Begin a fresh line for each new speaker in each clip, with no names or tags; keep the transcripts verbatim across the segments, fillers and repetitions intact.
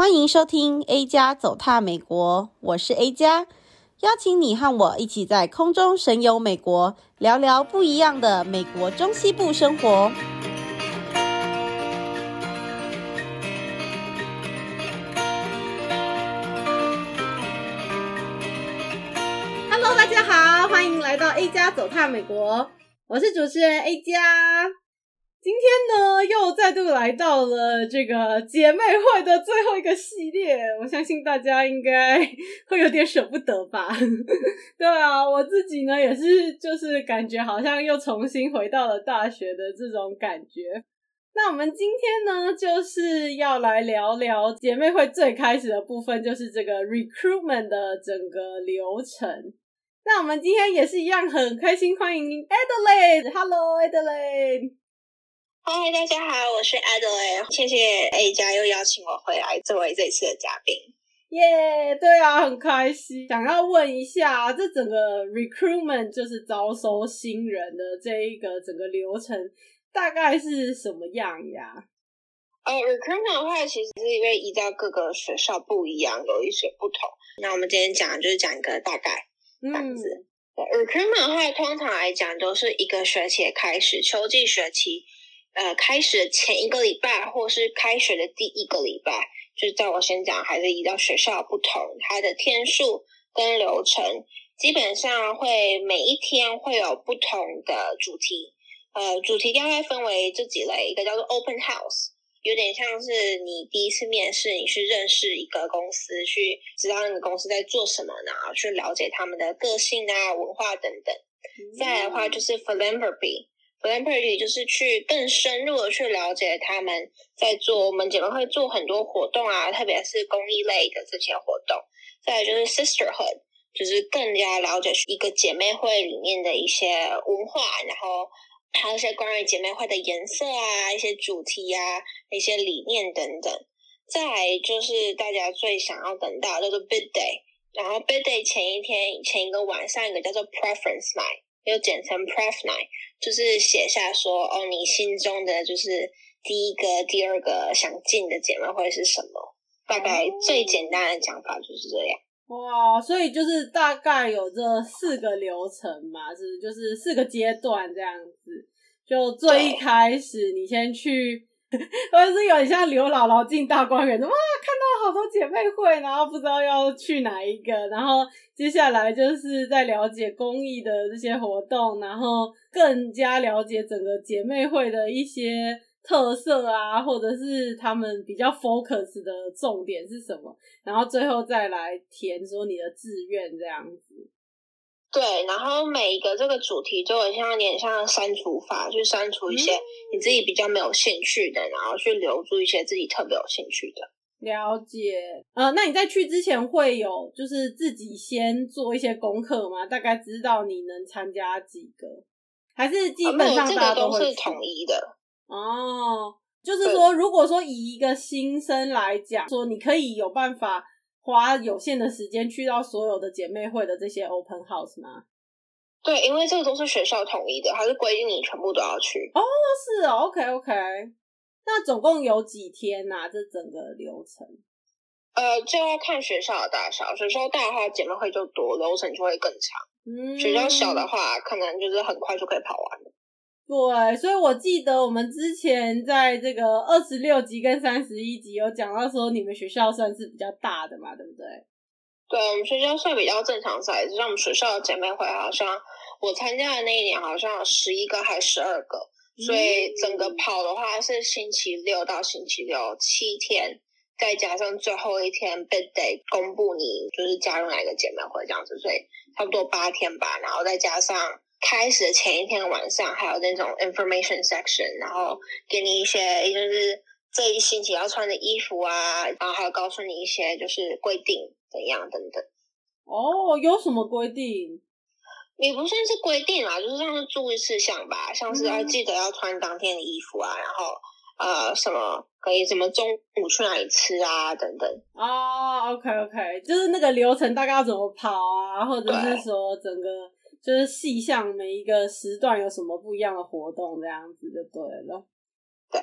欢迎收听 A 加走踏美国，我是 A 加，邀请你和我一起在空中神游美国，聊聊不一样的美国中西部生活。Hello， 大家好，欢迎来到 A 加走踏美国，我是主持人 A 加。今天呢，又再度来到了这个姐妹会的最后一个系列，我相信大家应该会有点舍不得吧。对啊，我自己呢也是就是感觉好像又重新回到了大学的这种感觉。那我们今天呢就是要来聊聊姐妹会最开始的部分，就是这个 recruitment 的整个流程。那我们今天也是一样很开心欢迎 Adelaide。Hello Adelaide。
嗨，大家好，我是 Adelaide， 谢谢 A 加又邀请我回来作为这次的嘉宾。
耶、yeah, 对啊，很开心。想要问一下，这整个 recruitment 就是招收新人的这一个整个流程大概是什么样呀？
呃 recruitment 的话其实是因为依照各个学校不一样，有一些不同。那我们今天讲的就是讲一个大概这样子。嗯、recruitment 的话通常来讲都是一个学期的开始，秋季学期呃，开始的前一个礼拜，或是开学的第一个礼拜，就是在我先讲，还是依照学校不同，它的天数跟流程，基本上会每一天会有不同的主题。呃，主题大概分为这几类，一个叫做 Open House， 有点像是你第一次面试，你去认识一个公司，去知道那个公司在做什么，然后去了解他们的个性啊、文化等等。嗯、再来的话就是 Philanthropy。Philanthropy 就是去更深入的去了解他们在做，我们姐妹会做很多活动啊，特别是公益类的这些活动。再来就是 Sisterhood， 就是更加了解一个姐妹会里面的一些文化，然后还有一些关于姐妹会的颜色啊，一些主题啊，一些理念等等。再来就是大家最想要等到叫做 Bid Day， 然后 Bid Day 前一天前一个晚上一个叫做 Preference Night， 又简称 Pref Night， 就是写下说哦，你心中的就是第一个第二个想进的姐妹会是什么，大概最简单的讲法就是这样。
哇，所以就是大概有这四个流程嘛，是就是四个阶段这样子。就最一开始你先去或者是有点像刘姥姥进大观园，哇，看到好多姐妹会，然后不知道要去哪一个，然后接下来就是在了解公益的这些活动，然后更加了解整个姐妹会的一些特色啊，或者是他们比较 focus 的重点是什么，然后最后再来填说你的志愿这样子。
对，然后每一个这个主题就很像有点像删除法，去删除一些你自己比较没有兴趣的，然后去留住一些自己特别有兴趣的。
了解。呃，那你在去之前会有就是自己先做一些功课吗？大概知道你能参加几个，还是基本上大家都会、
啊、这个都是统一的？
哦，就是说如果说以一个新生来讲，说你可以有办法花有限的时间去到所有的姐妹会的这些 open house 吗？
对，因为这个都是学校统一的，它是规定你全部都要去。
哦，是哦 OK OK。 那总共有几天啊这整个流程？
呃，就要看学校的大小，学校大的话姐妹会就多，流程就会更长。嗯，学校小的话可能就是很快就可以跑完了。
对，所以我记得我们之前在这个二十六集跟三十一集有讲到说你们学校算是比较大的嘛，对不对？
对，我们学校算比较正常 size， 像我们学校的姐妹会好像我参加的那一年好像有十一个还十二个，所以整个跑的话是星期六到星期六七天，再加上最后一天 bid day 公布你就是加入哪一个姐妹会这样子，所以差不多八天吧，然后再加上开始的前一天晚上还有那种 information section， 然后给你一些就是这一星期要穿的衣服啊，然后还有告诉你一些就是规定怎样等等。
哦，有什么规定？
也不算是规定啦，就是像是注意事项吧，像是要记得要穿当天的衣服啊，然后呃什么可以什么中午去哪里吃啊等等。
哦 OK OK， 就是那个流程大概要怎么跑啊，或者是说整个就是细项每一个时段有什么不一样的活动这样子就对了。
对。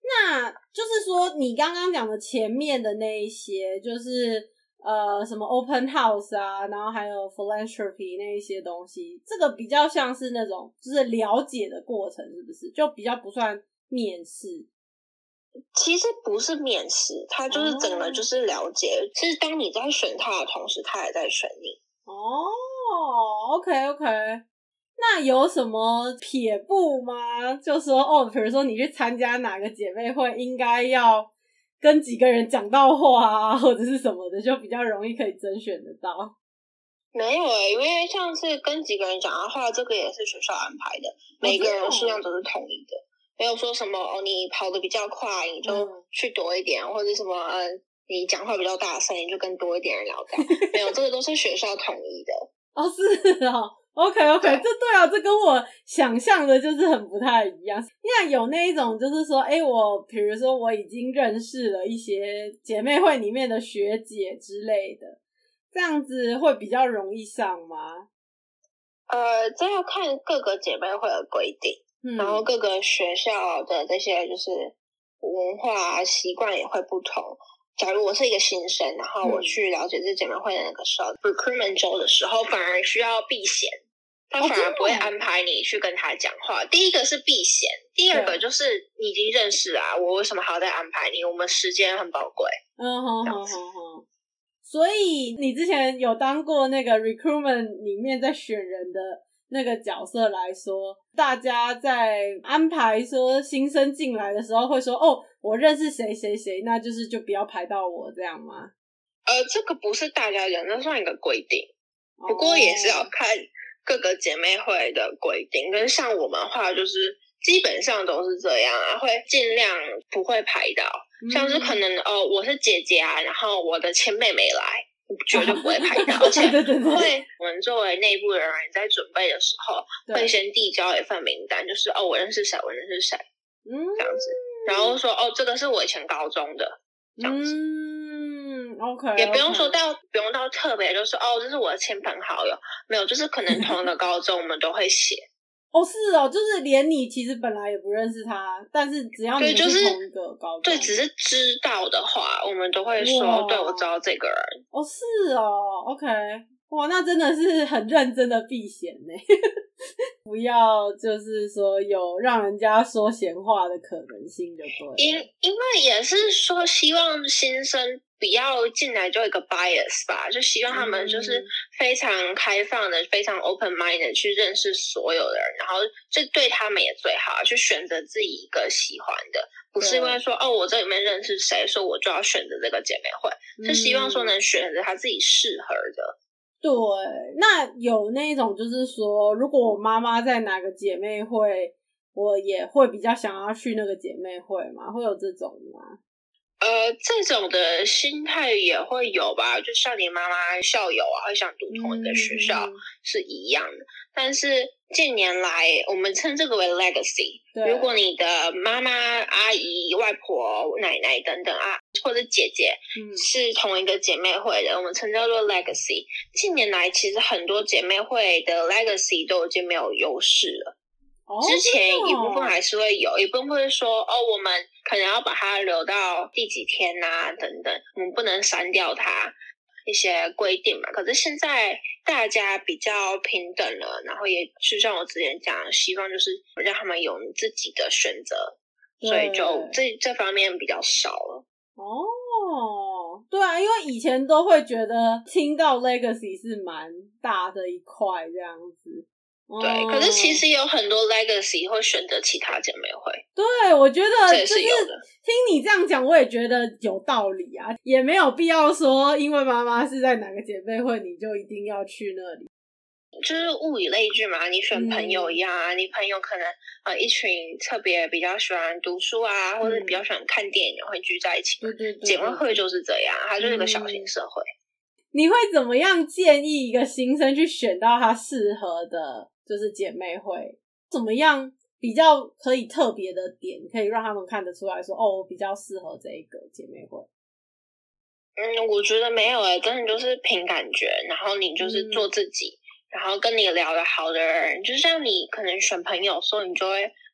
那就是说你刚刚讲的前面的那一些，就是呃什么 open house 啊，然后还有 philanthropy 那一些东西，这个比较像是那种就是了解的过程，是不是？就比较不算面试。
其实不是面试，它就是整个就是了解，哦、是当你在选他的同时，他也在选你。
哦 ，OK OK。那有什么撇步吗？就说哦，比如说你去参加哪个姐妹会，应该要跟几个人讲到话啊，或者是什么的，就比较容易可以甄选得到。
没有诶、欸，因为像是跟几个人讲的话，这个也是学校安排的，每个人数量都是统一的，没有说什么哦，你跑得比较快，你就去多一点，嗯、或者什么呃，你讲话比较大声，你就跟多一点人聊天。没有，这个都是学校统一的。
哦，是哦。OK OK， 这对啊，这跟我想象的就是很不太一样。那有那一种就是说，诶我比如说我已经认识了一些姐妹会里面的学姐之类的，这样子会比较容易上吗？
呃，这要看各个姐妹会的规定，嗯、然后各个学校的这些就是文化习惯也会不同。假如我是一个新生，然后我去了解这姐妹会的那个时候、嗯、recruitment 周的时候，反而需要避嫌。他反而不会安排你去跟他讲话。哦、第一个是避嫌，第二个就是你已经认识啊，我为什么还要再安排你？我们时间很宝贵。
嗯哼哼哼哼。所以你之前有当过那个 recruitment 里面在选人的那个角色来说，大家在安排说新生进来的时候会说哦，我认识谁谁谁，那就是就不要排到我这样吗？
呃，这个不是大家讲，那算一个规定，不过也是要看。各个姐妹会的规定跟像我们的话就是基本上都是这样啊，会尽量不会排到、嗯、像是可能呃我是姐姐啊，然后我的前妹没来，绝对不会排到、哦、而且会我们作为内部的人在准备的时候会先递交一份名单，就是哦我认识谁我认识谁、嗯、这样子，然后说哦这个是我以前高中的这样子、
嗯，OK，
也不用说到不用到特别，就是哦，这是我的亲朋好友，没有，就是可能同一个高中我们都会写。
哦，是哦，就是连你其实本来也不认识他，但是只要你是同一个高中，
对，只是知道的话，我们都会说，对我知道这个人。
哦，是哦 ，OK， 哇，那真的是很认真的避嫌呢。不要就是说有让人家说闲话的可能性就对了。
因因为也是说希望新生不要进来就一个 bias 吧，就希望他们就是非常开放的、嗯、非常 open minded 去认识所有的人，然后这对他们也最好，去选择自己一个喜欢的，不是因为说哦我这里面认识谁，所以我就要选择这个姐妹会，嗯、是希望说能选择他自己适合的。
对，那有那种就是说，如果我妈妈在哪个姐妹会，我也会比较想要去那个姐妹会吗？会有这种吗？
呃，这种的心态也会有吧，就像你妈妈校友啊，会想读同一个学校、嗯、是一样的。但是近年来，我们称这个为 legacy。如果你的妈妈、阿姨、外婆、奶奶等等啊，或者姐姐、嗯、是同一个姐妹会的，我们称叫做 legacy。近年来，其实很多姐妹会的 legacy 都已经没有优势了。之前一部分还是会有，一部分会说哦，我们可能要把它留到第几天啊，等等，我们不能删掉它一些规定嘛。可是现在大家比较平等了，然后也就像我之前讲，希望就是让他们有自己的选择，所以就这这方面比较少了。
哦，对啊，因为以前都会觉得听到 legacy 是蛮大的一块这样子。
对，可是其实有很多 legacy 会选择其他姐妹会。
对，我觉得
这也是有的。
听你这样讲，我也觉得有道理啊，也没有必要说因为妈妈是在哪个姐妹会，你就一定要去那里。
就是物以类聚嘛，你选朋友一样啊，嗯、你朋友可能呃一群特别比较喜欢读书啊，嗯、或者比较喜欢看电影，会聚在一起。
对对对，
姐妹会就是这样，它就是个小型社会。
嗯、你会怎么样建议一个新生去选到他适合的？就是姐妹会怎么样比较可以特别的点，可以让他们看得出来说哦，我比较适合这一个姐妹会。
嗯，我觉得没有诶，真的就是凭感觉，然后你就是做自己、嗯、然后跟你聊得好的人，就像你可能选朋友的时候，你就会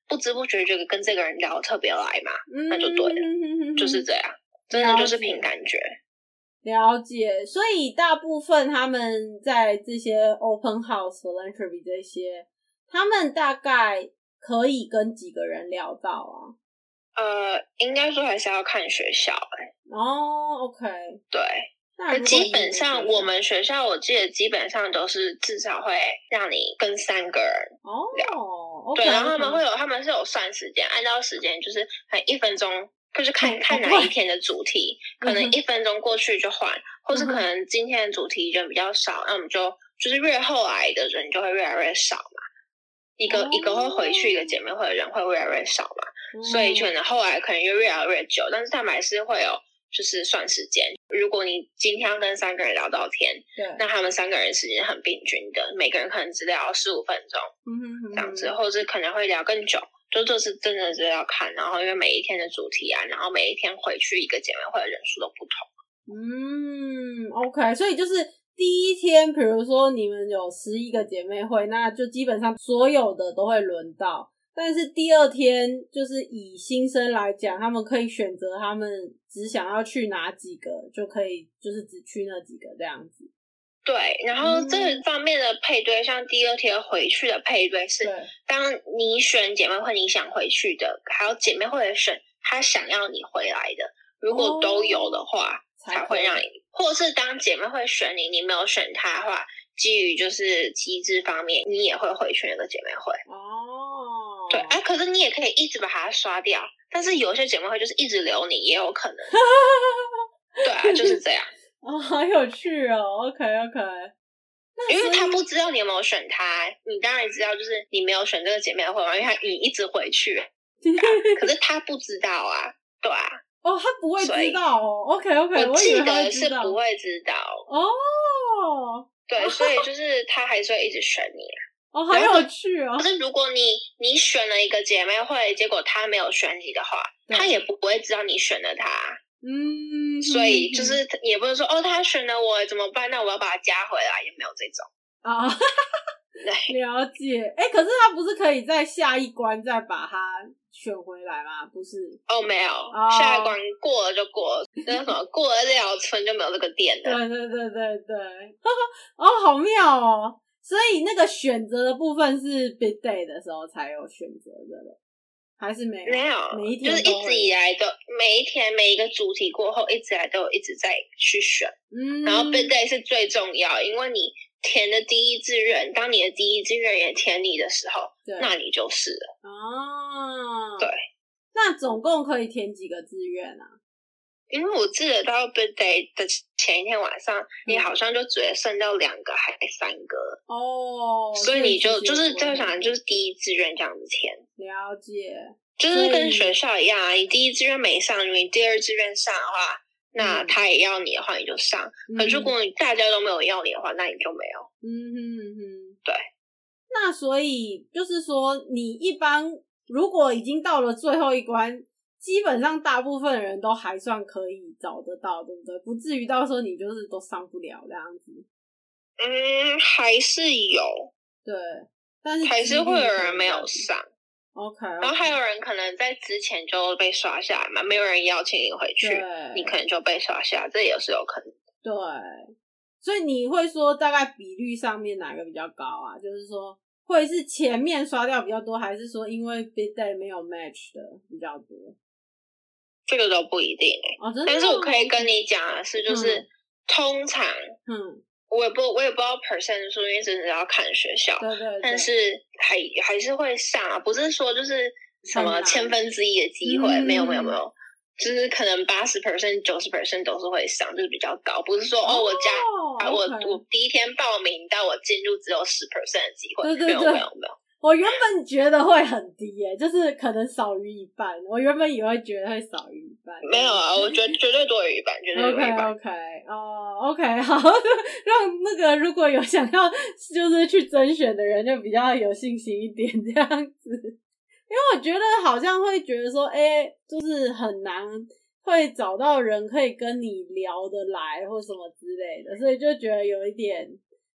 不知不觉就跟这个人聊得特别来嘛，嗯、那就对了，嗯、就是这样，真的就是凭感觉。
了解，所以大部分他们在这些 open house philanthropy 这些，他们大概可以跟几个人聊到啊？
呃，应该说还是要看学校哎、欸。
哦 ，OK，
对。可基本上我们学校我记得基本上都是至少会让你跟三个人聊，
哦
okay, 对，然后他们会有他们是有算时间，按照时间就是可能一分钟，就是看看哪一天的主题，可能一分钟过去就换，嗯、或是可能今天的主题人比较少，那我们就就是越后来的人就会越来越少嘛，一个、哦、一个会回去，一个姐妹会的人会越来越少嘛，嗯、所以可能后来可能就越来越久，但是他们还是会有。就是算时间，如果你今天要跟三个人聊到天，对，那他们三个人时间很平均的，每个人可能只聊十五分钟，嗯哼哼，这样子，或者可能会聊更久，就这是真的是要看，然后因为每一天的主题啊，然后每一天回去一个姐妹会的人数都不同。
嗯 ，OK， 所以就是第一天，比如说你们有十一个姐妹会，那就基本上所有的都会轮到。但是第二天就是以新生来讲，他们可以选择他们只想要去哪几个，就可以就是只去那几个这样子。
对，然后这方面的配对，嗯、像第二天回去的配对是，当你选姐妹会你想回去的，还有姐妹会的选他想要你回来的，如果都有的话，哦、才会让你，或是当姐妹会选你，你没有选他的话，基于就是机制方面，你也会回去那个姐妹会。哦。对啊，可是你也可以一直把它刷掉，但是有些姐妹会就是一直留你，也有可能。对啊，就是这样。
哦，好有趣哦。OK OK。
因为他不知道你有没有选他，你当然知道，就是你没有选这个姐妹会嘛，因为他你一直回去、啊，可是他不知道啊，对啊。
哦，他不会知道哦。OK OK，
我记得是不会知道。
哦。
对，所以就是他还是会一直选你啊。
哦，好有趣哦！
可是如果你你选了一个姐妹会，结果他没有选你的话，他也不会知道你选了他。嗯，所以就是也不是说哦，他选了我怎么办？那我要把他加回来，也没有这种
啊。对，了解。哎、欸，可是他不是可以在下一关再把他选回来吗？不是？
哦，没有，哦、下一关过了就过了，那什么过了这条村就没有这个店了。
对对对对对。哦，好妙哦！所以那个选择的部分是 big day 的时候才有选择的了，还是没有？
没有，
每一天
就是一直以来都每一天每一个主题过后，一直以来都有一直在去选。嗯，然后 big day 是最重要，因为你填的第一志愿，当你的第一志愿也填你的时候，那你就是了。哦，对。
那总共可以填几个志愿啊？
因为我记得到 big day 的前一天晚上，嗯、你好像就只会剩到两个还三个哦，所以你就就是在想就是第一志愿这样子填。
了解，
就是跟学校一样啊，你第一志愿没上，你第二志愿上的话，那他也要你的话你就上。嗯、可如果你大家都没有要你的话，那你就没有。嗯哼哼，对。
那所以就是说，你一般如果已经到了最后一关。基本上大部分人都还算可以找得到，对不对？不至于到时候你就是都上不了这样子。
嗯，还是有，
对，但是
还是会有人没有上。
OK，, okay.
然后还有人可能在之前就被刷下来嘛，没有人邀请你回去，你可能就被刷下，这也是有可能。
对，所以你会说大概比率上面哪个比较高啊？就是说会是前面刷掉比较多，还是说因为 big day 没有 match 的比较多？
这个都不一定欸。哦，真的？但是我可以跟你讲的是，就是、嗯、通常，嗯，我也不我也不知道 percent 数，因为真的要看学校，
对对对，
但是还还是会上啊，不是说就是什么千分之一的机会，没有没有没有。就是可能 百分之八十 九十 都是会上，就是比较高，不是说哦, 哦我加、oh, okay. 我我第一天报名到我进入只有 百分之十 的机会，
对对对，
没有没有没有。
我原本觉得会很低耶，就是可能少于一半。我原本也会觉得会少于一半。
没有啊，我觉得绝对多于一半，绝对多于一半。
OK OK 哦、uh, OK 好，让那个如果有想要就是去甄选的人就比较有信心一点这样子。因为我觉得好像会觉得说，哎、欸，就是很难会找到人可以跟你聊得来或什么之类的，所以就觉得有一点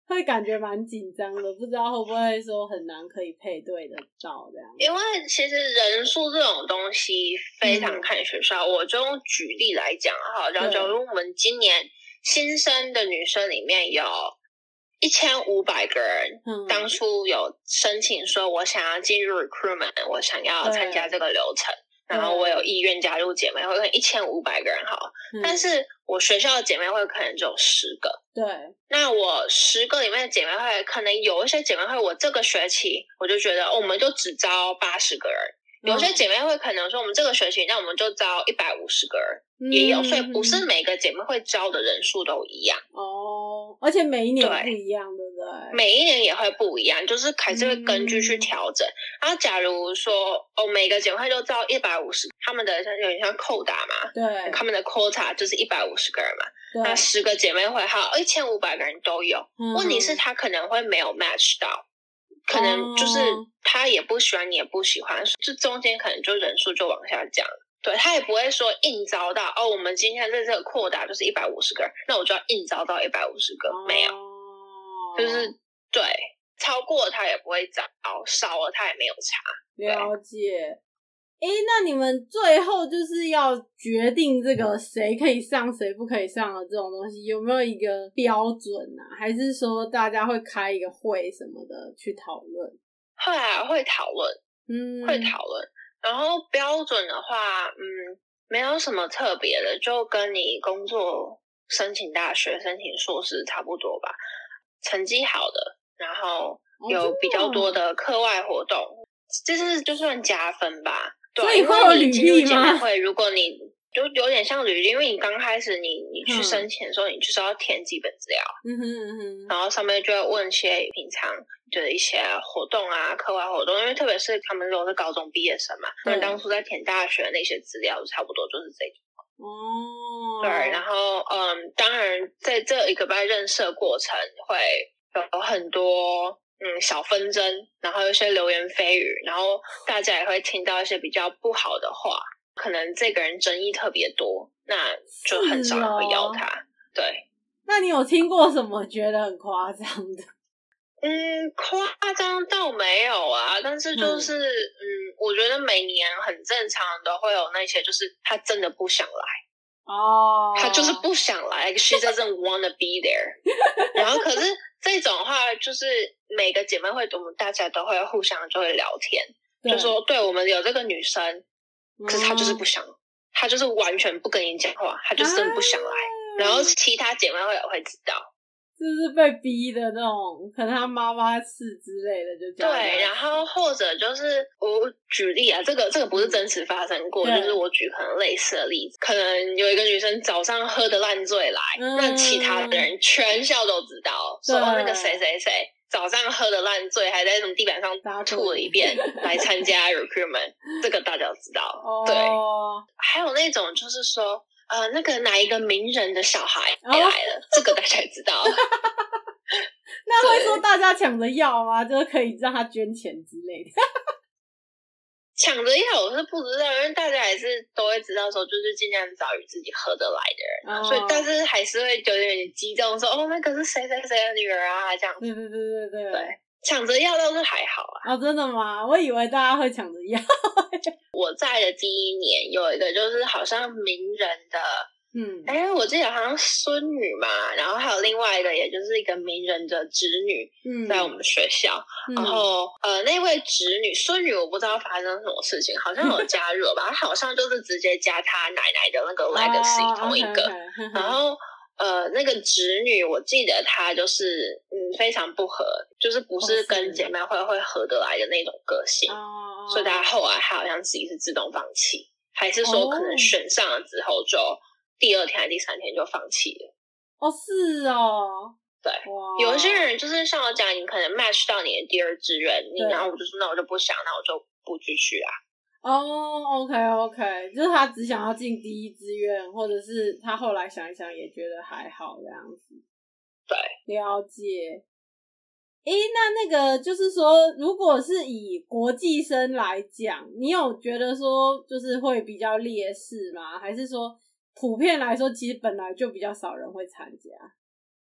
会感觉蛮紧张的，不知道会不会说很难可以配对得到这样。
因为其实人数这种东西非常看学校，嗯、我就用举例来讲哈，然后假如我们今年新生的女生里面有一千五百个人，嗯、当初有申请说我想要进入 recruitment， 我想要参加这个流程。然后我有意愿加入姐妹会，跟一千五百个人好，嗯、但是我学校的姐妹会可能只有十个。
对，
那我十个里面的姐妹会，可能有一些姐妹会，我这个学期我就觉得，哦、我们就只招八十个人。有些姐妹会可能说，我们这个学期，那我们就招一百五十个人，嗯、也有，所以不是每个姐妹会招的人数都一样。
哦，而且每一年不一样，对不对？
每一年也会不一样，就是还是会根据去调整。嗯、然后，假如说哦，每个姐妹会就招一百五十，他们的有点像扣打嘛，
对，
他们的 quota 就是一百五十个人嘛。那十个姐妹会还有一千五百个人都有，嗯、问题是他可能会没有 match 到。可能就是他也不喜欢，你也不喜欢，这中间可能就人数就往下降。对，他也不会说硬招到哦，我们今天在这个扩大就是一百五十个人，那我就要硬招到一百五十个，没有，就是对，超过他也不会招，少了他也没有差。
了解。诶，那你们最后就是要决定这个谁可以上谁不可以上的这种东西，有没有一个标准啊？还是说大家会开一个会什么的去讨论？
会啊，会讨论，
嗯，
会讨论。然后标准的话，嗯，没有什么特别的，就跟你工作申请大学、申请硕士差不多吧。成绩好的，然后有比较多的课外活动，哦、就是就算加分吧。对，
所以会有履历吗？
会，如果你就有点像履历，因为你刚开始你你去申请的时候，嗯、你就是要填基本资料，
嗯哼嗯哼，
然后上面就会问一些平常的一些活动啊、课外活动，因为特别是他们如果是高中毕业生嘛，他们当初在填大学的那些资料，差不多就是这种。
哦，
对，然后嗯，当然在这一个班认识的过程会有很多。嗯，小纷争，然后有一些流言蜚语，然后大家也会听到一些比较不好的话，可能这个人争议特别多，那就很少人会邀他。哦、对，
那你有听过什么觉得很夸张的？
嗯，夸张倒没有啊，但是就是嗯, 嗯，我觉得每年很正常都会有那些，就是他真的不想来
哦，
他就是不想来 ，like she doesn't wanna be there 。然后可是这种话就是每个姐妹会，我们大家都会互相就会聊天，就说对我们有这个女生，可是她就是不想，她、嗯、就是完全不跟你讲话，她就是真的不想来。啊、然后其他姐妹会也会知道，
就是被逼的那种，可能她妈妈是之类的，就这样。
对，然后或者就是我举例啊，这个这个不是真实发生过，嗯、就是我举可能类似的例子，可能有一个女生早上喝得烂醉来，嗯、那其他的人全校都知道，说那个谁谁谁早上喝得烂醉，还在什么地板上吐了一遍来参加 recruitment， 这个大家都知道。
哦、
对，还有那种就是说，呃，那个哪一个名人的小孩来了，哦、这个大家也知道。
那会说大家抢着要吗？就是可以让他捐钱之类的。
抢着要我是不知道，因为大家还是都会知道说，就是尽量找与自己合得来的人，哦、所以但是还是会有点激动说，哦，那个是谁谁谁的女儿啊，这样子。
对对对对对。
对，抢着要倒是还好啊。
哦，真的吗？我以为大家会抢着要。
我在的第一年有一个就是好像名人的。
嗯，
哎，我记得好像孙女嘛，然后还有另外一个，也就是一个名人的侄女，嗯，在我们学校，嗯、然后呃，那位侄女孙女，我不知道发生什么事情，好像有加入吧，她好像就是直接加她奶奶的那个 legacy、哦、同一个， okay, okay. 然后呃，那个侄女，我记得她就是嗯非常不合，就是不是跟姐妹会会合得来的那种个性，哦、所以她后来她好像自己是自动放弃，还是说可能选上了之后就。第二天还是第三天就放弃了。
哦，是哦，
对，有一些人就是像我讲，你可能 match 到你的第二志愿，你然后我就说那我就不想，那我就不继续啊。
哦 ，OK OK， 就是他只想要进第一志愿，或者是他后来想一想也觉得还好这样子。
对，
了解。诶，那那个就是说，如果是以国际生来讲，你有觉得说就是会比较劣势吗？还是说？普遍来说，其实本来就比较少人会参加。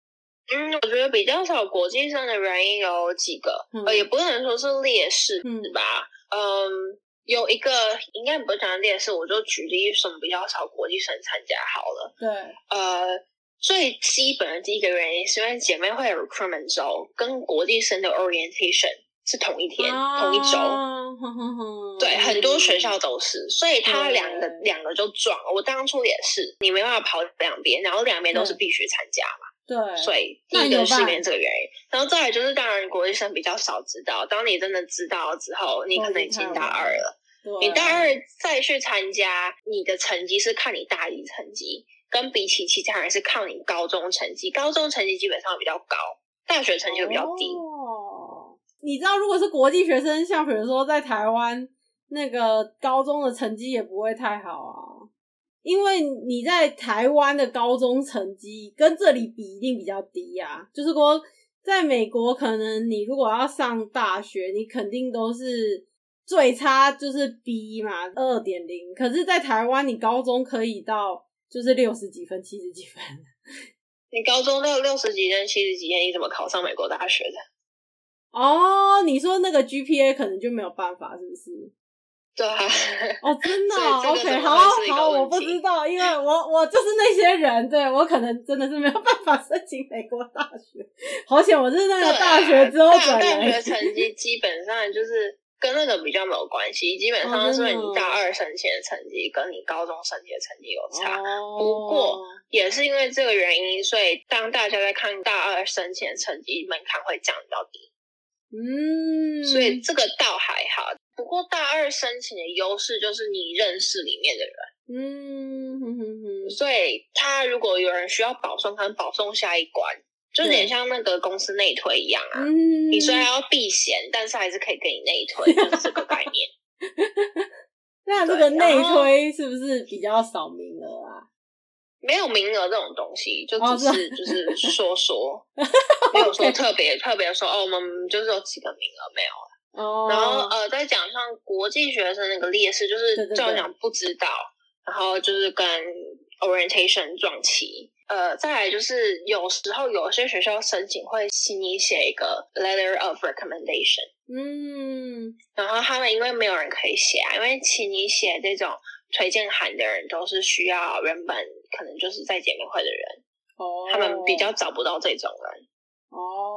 嗯，我觉得比较少国际生的原因有几个，嗯、呃，也不能说是劣势，嗯、是吧？嗯，有一个应该不是讲劣势，我就举例什么比较少国际生参加好了。
对，
呃，最基本的第一个原因是因为姐妹会 recruitment 周跟国际生的 orientation 是同一天、啊、同一周，呵呵呵对、嗯，很多学校都是，所以它两个两个就撞了。我当初也是，你没办法跑两边，然后两边都是必须参加嘛。
对，
所以第一个是因为这个原因，然后再来就是当然国际生比较少知道，当你真的知道之后，你可能已经大二了，你大二再去参加，你的成绩是看你大一成绩，跟比起其他人是靠你高中成绩，高中成绩基本上比较高，大学成绩会比较低。
哦，你知道如果是国际学生，像比如说在台湾那个高中的成绩也不会太好啊，因为你在台湾的高中成绩跟这里比一定比较低啊，就是说在美国可能你如果要上大学，你肯定都是最差就是 B 嘛 二点零， 可是在台湾你高中可以到就是六十几分七十几分，
你高中都有六十几分七十几分，你怎么考上美国大学的？
哦，你说那个 G P A 可能就没有办法是不是？
对啊，
哦，真的、哦、OK， 好好，我不知道，因为我我就是那些人，对，我可能真的是没有办法申请美国大学，好险我是那个大学之后转来、
啊、大学成绩基本上就是跟那个比较没有关系，基本上是你大二申请的成绩跟你高中申请的成绩有差、哦、不过也是因为这个原因，所以当大家在看大二申请的成绩门槛会降比较低，嗯，所以这个倒还好。不过大二申请的优势就是你认识里面的人，嗯哼哼哼，所以他如果有人需要保送，可能保送下一关，就有点像那个公司内推一样啊。嗯，你虽然要避嫌，但是还是可以给你内推，就是这个概念。
那这个内推是不是比较少名额啊？
没有名额这种东西，就只是、哦、就是说说，没有说特别特别说哦，我们就是有几个名额没有了。Oh. 然后呃，再讲上国际学生那个劣势，就是这样讲不知道，然后就是跟 orientation 撞期。呃，再来就是有时候有些学校申请会请你写一个 letter of recommendation， 嗯，然后他们因为没有人可以写啊，因为请你写这种推荐函的人都是需要原本可能就是在姐妹会的人，哦、oh. 他们比较找不到这种人，哦、oh. ，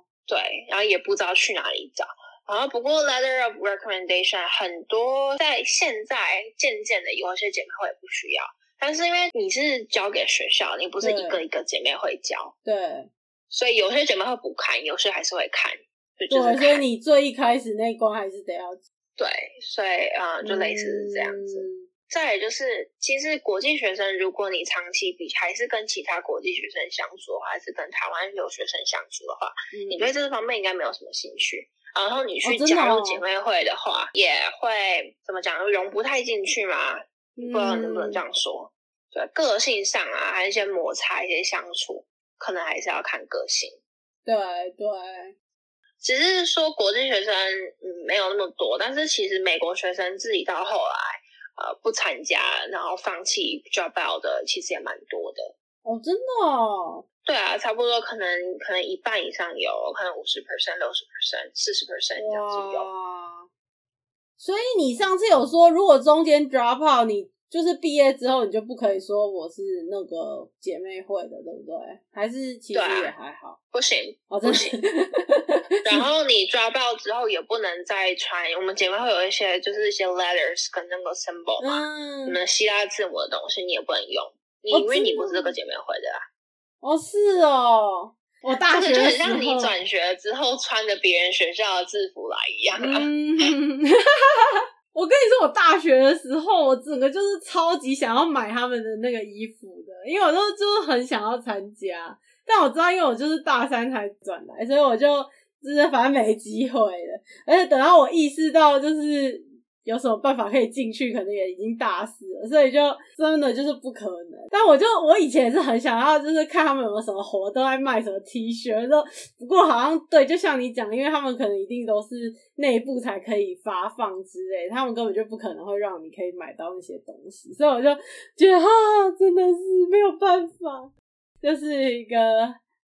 对，然后也不知道去哪里找。然后不过 letter of recommendation 很多在现在渐渐的有些姐妹会也不需要，但是因为你是交给学校，你不是一个一个姐妹会交，对，所以有些姐妹会不看，有些还是会看，
对，就是看，所以你最一开始那一关还是得要，
对，所以啊、呃，就类似是这样子。嗯，再来就是，其实国际学生，如果你长期比还是跟其他国际学生相处，还是跟台湾留学生相处的话，嗯，你对这方面应该没有什么兴趣。然后你去加入姐妹会的话，哦哦、也会怎么讲，融不太进去嘛？不知道能不能这样说。对，个性上啊，还有一些摩擦、一些相处，可能还是要看个性。
对对，
只是说国际学生嗯没有那么多，但是其实美国学生自己到后来呃不参加，然后放弃 drop out 的，其实也蛮多的。
哦，真的哦。
对啊，差不多可能可能一半以上有，可能百分之五十、百分之六十、百分之四十 这样子有。
所以你上次有说，如果中间 drop out， 你就是毕业之后你就不可以说我是那个姐妹会的，对不对？还是其实也还好？
啊、不行，
哦，
不行。然后你 drop out 之后也不能再传，我们姐妹会有一些就是一些 letters 跟那个 symbol 嘛，嗯，你们希腊字母的东西你也不能用，你因为你不是这个姐妹会的啊。
哦，是哦，我大学的时候，
就很像你转学之后穿着别人学校的制服来一样啊。
嗯，我跟你说，我大学的时候，我整个就是超级想要买他们的那个衣服的，因为我都就是很想要参加，但我知道，因为我就是大三才转来，所以我就就是反正没机会了。而且等到我意识到就是有什么办法可以进去，可能也已经大四了，所以就真的就是不可能。但我就我以前也是很想要，就是看他们有没有什么活动在卖什么 T 恤，就不过好像对，就像你讲，因为他们可能一定都是内部才可以发放之类，他们根本就不可能会让你可以买到那些东西，所以我就觉得啊，真的是没有办法，就是一个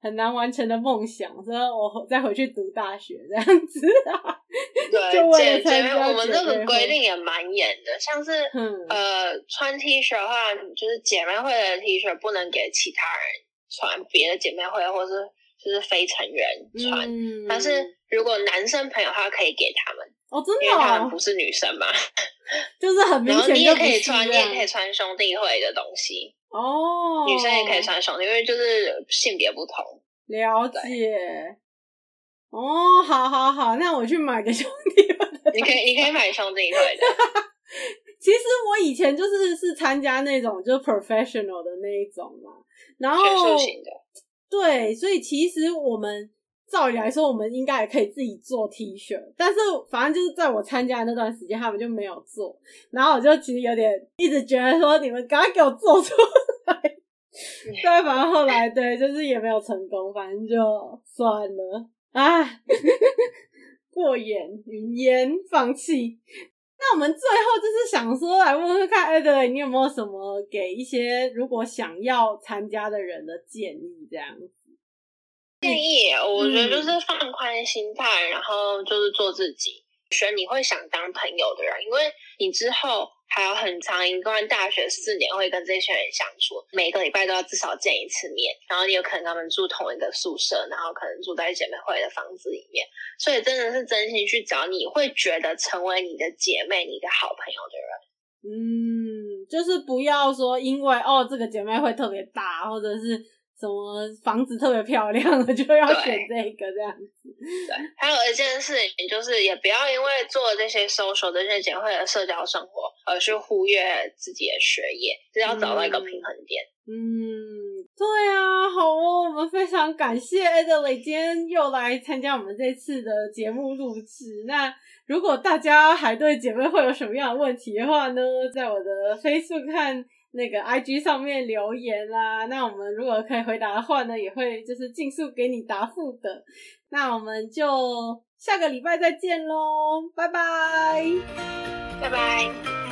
很难完成的梦想，所以我再回去读大学这样子啊。
对，
就为了
姐妹，
参加
我们这个
姐妹会
规定也蛮严的，像是、
嗯、
呃穿 T 恤的话，就是姐妹会的 T 恤不能给其他人穿，别的姐妹会或是就是非成员穿、嗯、但是如果男生朋友的话可以给他们
哦，真的、哦、
因为他们不是女生嘛，
就是很明显就不是。
然后你也可以穿，你也可以穿兄弟会的东西
哦，
女生也可以穿兄弟，因为就是性别不同。
了解。哦，好好好，那我去买个兄弟会的。
你可以，你可以买兄弟会的。
其实我以前就是是参加那种就 professional 的那一种嘛，然后
学术型的。
对，所以其实我们照理来说，我们应该也可以自己做 T 恤，但是反正就是在我参加的那段时间，他们就没有做，然后我就其实有点一直觉得说，你们赶快给我做出来。对，反正后来对，就是也没有成功，反正就算了。啊，过眼云烟，放弃。那我们最后就是想说，来问问看 Adelaide 你有没有什么给一些如果想要参加的人的建议？这样子
建议，我觉得就是放宽心态、嗯，然后就是做自己，选你会想当朋友的人，因为你之后还有很长一段大学四年会跟这些人相处，每个礼拜都要至少见一次面，然后你有可能跟他们住同一个宿舍，然后可能住在姐妹会的房子里面，所以真的是真心去找你会觉得成为你的姐妹、你的好朋友的人。
嗯，就是不要说因为哦这个姐妹会特别大，或者是什么房子特别漂亮的就要选这个这样子。
对，还有一件事情就是也不要因为做这些 social 这些姐妹会的社交生活而去忽略自己的学业，就是要找到一个平衡点。
嗯，对啊，好哦，我们非常感谢 Adelaide 今天又来参加我们这次的节目录制。那如果大家还对姐妹会有什么样的问题的话呢，在我的 Facebook 和那个 I G 上面留言啦，那我们如果可以回答的话呢，也会就是尽速给你答复的。那我们就下个礼拜再见咯，拜拜，
拜拜。